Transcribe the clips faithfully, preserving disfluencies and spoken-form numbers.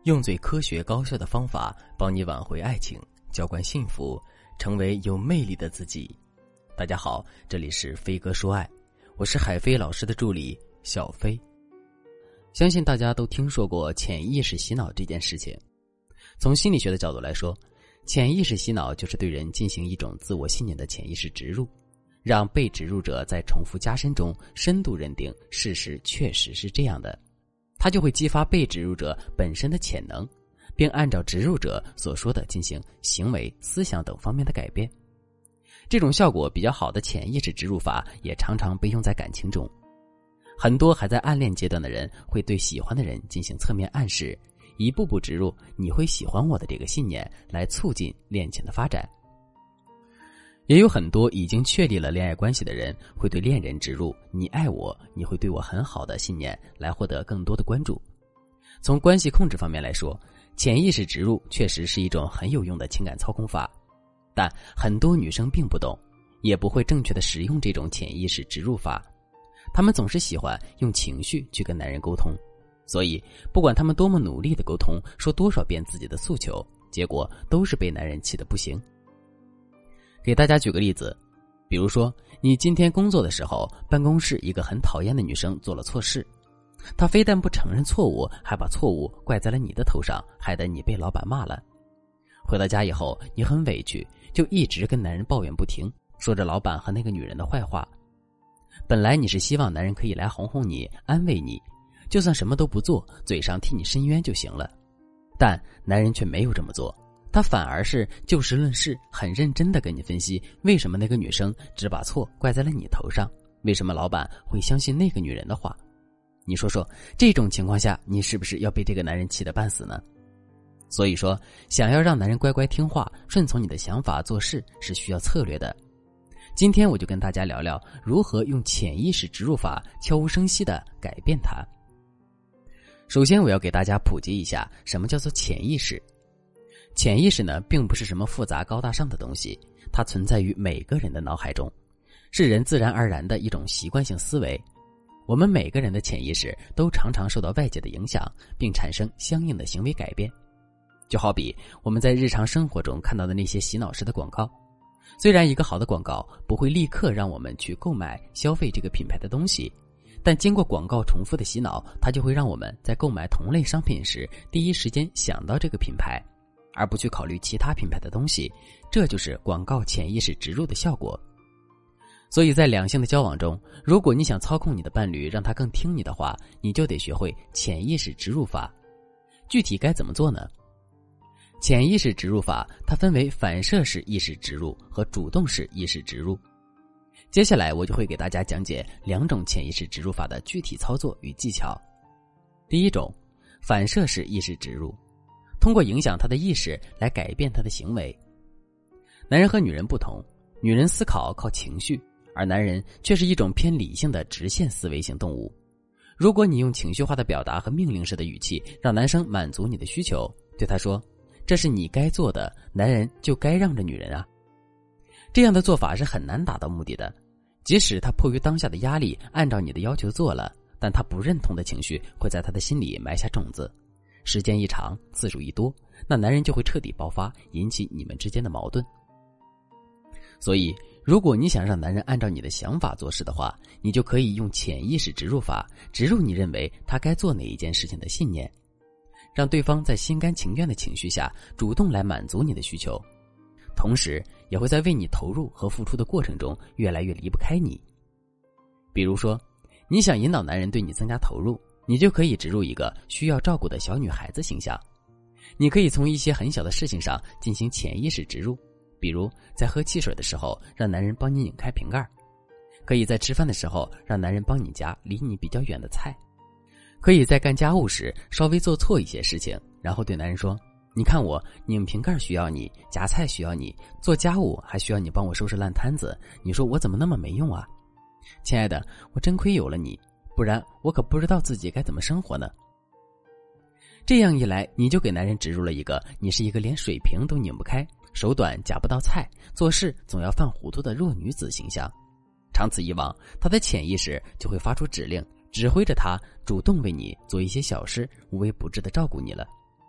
用最科学高效的方法帮你挽回爱情，浇灌幸福，成为有魅力的自己。大家好，这里是飞哥说爱，我是海飞老师的助理小飞。相信大家都听说过潜意识洗脑这件事情。从心理学的角度来说，潜意识洗脑就是对人进行一种自我信念的潜意识植入，让被植入者在重复加深中深度认定事实确实是这样的，它就会激发被植入者本身的潜能，并按照植入者所说的进行行为、思想等方面的改变。这种效果比较好的潜意识植入法也常常被用在感情中。很多还在暗恋阶段的人会对喜欢的人进行侧面暗示，一步步植入你会喜欢我的这个信念，来促进恋情的发展。也有很多已经确立了恋爱关系的人会对恋人植入你爱我，你会对我很好的信念，来获得更多的关注。从关系控制方面来说，潜意识植入确实是一种很有用的情感操控法，但很多女生并不懂，也不会正确的使用这种潜意识植入法。她们总是喜欢用情绪去跟男人沟通，所以不管她们多么努力的沟通，说多少遍自己的诉求，结果都是被男人气得不行。给大家举个例子，比如说你今天工作的时候，办公室一个很讨厌的女生做了错事，她非但不承认错误，还把错误怪在了你的头上，害得你被老板骂了。回到家以后，你很委屈，就一直跟男人抱怨不停，说着老板和那个女人的坏话。本来你是希望男人可以来哄哄你，安慰你，就算什么都不做，嘴上替你伸冤就行了，但男人却没有这么做。他反而是就事论事，很认真地跟你分析为什么那个女生只把错怪在了你头上，为什么老板会相信那个女人的话。你说说，这种情况下你是不是要被这个男人气得半死呢？所以说，想要让男人乖乖听话，顺从你的想法做事是需要策略的。今天我就跟大家聊聊如何用潜意识植入法悄无声息地改变它。首先我要给大家普及一下什么叫做潜意识。潜意识呢，并不是什么复杂高大上的东西，它存在于每个人的脑海中，是人自然而然的一种习惯性思维。我们每个人的潜意识都常常受到外界的影响，并产生相应的行为改变。就好比我们在日常生活中看到的那些洗脑式的广告，虽然一个好的广告不会立刻让我们去购买消费这个品牌的东西，但经过广告重复的洗脑，它就会让我们在购买同类商品时第一时间想到这个品牌，而不去考虑其他品牌的东西，这就是广告潜意识植入的效果。所以在两性的交往中，如果你想操控你的伴侣，让他更听你的话，你就得学会潜意识植入法。具体该怎么做呢？潜意识植入法它分为反射式意识植入和主动式意识植入。接下来我就会给大家讲解两种潜意识植入法的具体操作与技巧。第一种，反射式意识植入，通过影响他的意识来改变他的行为。男人和女人不同，女人思考靠情绪，而男人却是一种偏理性的直线思维型动物。如果你用情绪化的表达和命令式的语气让男生满足你的需求，对他说这是你该做的，男人就该让着女人啊，这样的做法是很难达到目的的。即使他迫于当下的压力按照你的要求做了，但他不认同的情绪会在他的心里埋下种子，时间一长，次数一多，那男人就会彻底爆发，引起你们之间的矛盾。所以如果你想让男人按照你的想法做事的话，你就可以用潜意识植入法植入你认为他该做哪一件事情的信念，让对方在心甘情愿的情绪下主动来满足你的需求，同时也会在为你投入和付出的过程中越来越离不开你。比如说你想引导男人对你增加投入，你就可以植入一个需要照顾的小女孩子形象。你可以从一些很小的事情上进行潜意识植入，比如在喝汽水的时候让男人帮你拧开瓶盖，可以在吃饭的时候让男人帮你夹离你比较远的菜，可以在干家务时稍微做错一些事情，然后对男人说，你看我拧瓶盖需要你，夹菜需要你，做家务还需要你帮我收拾烂摊子，你说我怎么那么没用啊？亲爱的，我真亏有了你，不然我可不知道自己该怎么生活呢。这样一来，你就给男人植入了一个你是一个连水瓶都拧不开，手短夹不到菜，做事总要犯糊涂的弱女子形象。长此以往，他的潜意识就会发出指令，指挥着他主动为你做一些小事，无微不至地照顾你了。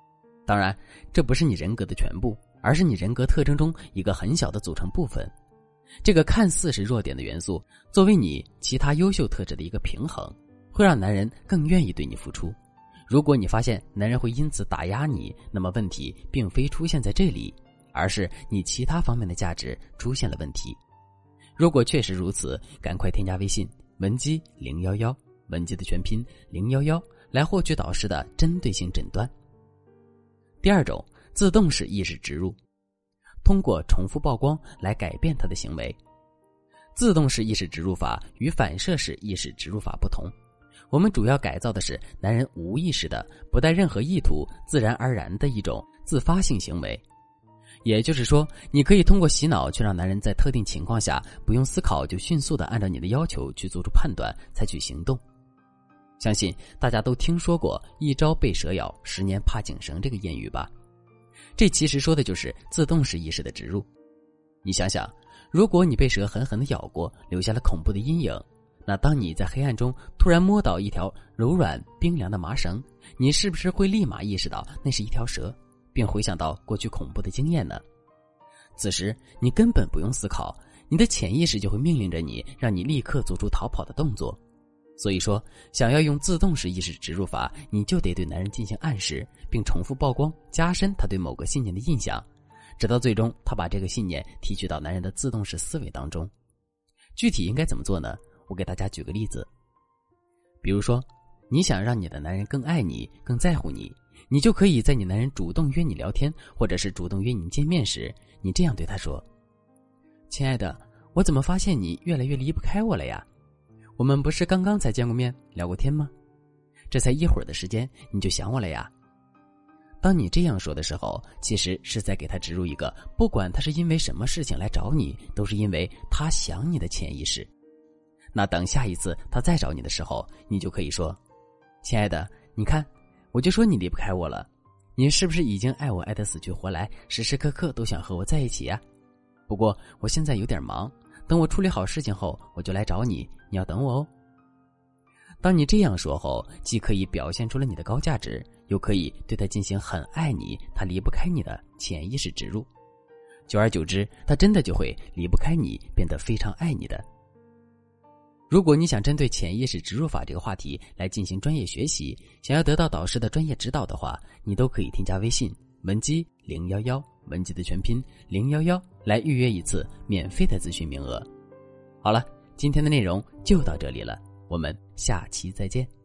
当然，这不是你人格的全部，而是你人格特征中一个很小的组成部分。这个看似是弱点的元素，作为你其他优秀特质的一个平衡，会让男人更愿意对你付出。如果你发现男人会因此打压你，那么问题并非出现在这里，而是你其他方面的价值出现了问题。如果确实如此，赶快添加微信文姬零一一，文姬的全拼零一一，来获取导师的针对性诊断。第二种，自动式意识植入，通过重复曝光来改变他的行为。自动式意识植入法与反射式意识植入法不同，我们主要改造的是男人无意识的、不带任何意图、自然而然的一种自发性行为。也就是说，你可以通过洗脑去让男人在特定情况下不用思考就迅速地按照你的要求去做出判断，采取行动。相信大家都听说过一朝被蛇咬，十年怕井绳这个谚语吧？这其实说的就是自动式意识的植入。你想想，如果你被蛇狠狠地咬过，留下了恐怖的阴影，那当你在黑暗中突然摸到一条柔软冰凉的麻绳，你是不是会立马意识到那是一条蛇，并回想到过去恐怖的经验呢？此时你根本不用思考，你的潜意识就会命令着你，让你立刻做出逃跑的动作。所以说，想要用自动式意识植入法，你就得对男人进行暗示，并重复曝光，加深他对某个信念的印象，直到最终他把这个信念提取到男人的自动式思维当中。具体应该怎么做呢？我给大家举个例子。比如说，你想让你的男人更爱你，更在乎你，你就可以在你男人主动约你聊天，或者是主动约你见面时，你这样对他说：亲爱的，我怎么发现你越来越离不开我了呀？我们不是刚刚才见过面聊过天吗？这才一会儿的时间，你就想我了呀？当你这样说的时候，其实是在给他植入一个不管他是因为什么事情来找你，都是因为他想你的潜意识。那等下一次他再找你的时候，你就可以说：亲爱的，你看，我就说你离不开我了，你是不是已经爱我爱得死去活来，时时刻刻都想和我在一起呀？不过我现在有点忙，等我处理好事情后，我就来找你，你要等我哦。当你这样说后，既可以表现出了你的高价值，又可以对他进行很爱你，他离不开你的潜意识植入。久而久之，他真的就会离不开你，变得非常爱你的。如果你想针对潜意识植入法这个话题来进行专业学习，想要得到导师的专业指导的话，你都可以添加微信文姬零一一，文姬的全拼零一一，来预约一次免费的咨询名额。好了，今天的内容就到这里了，我们下期再见。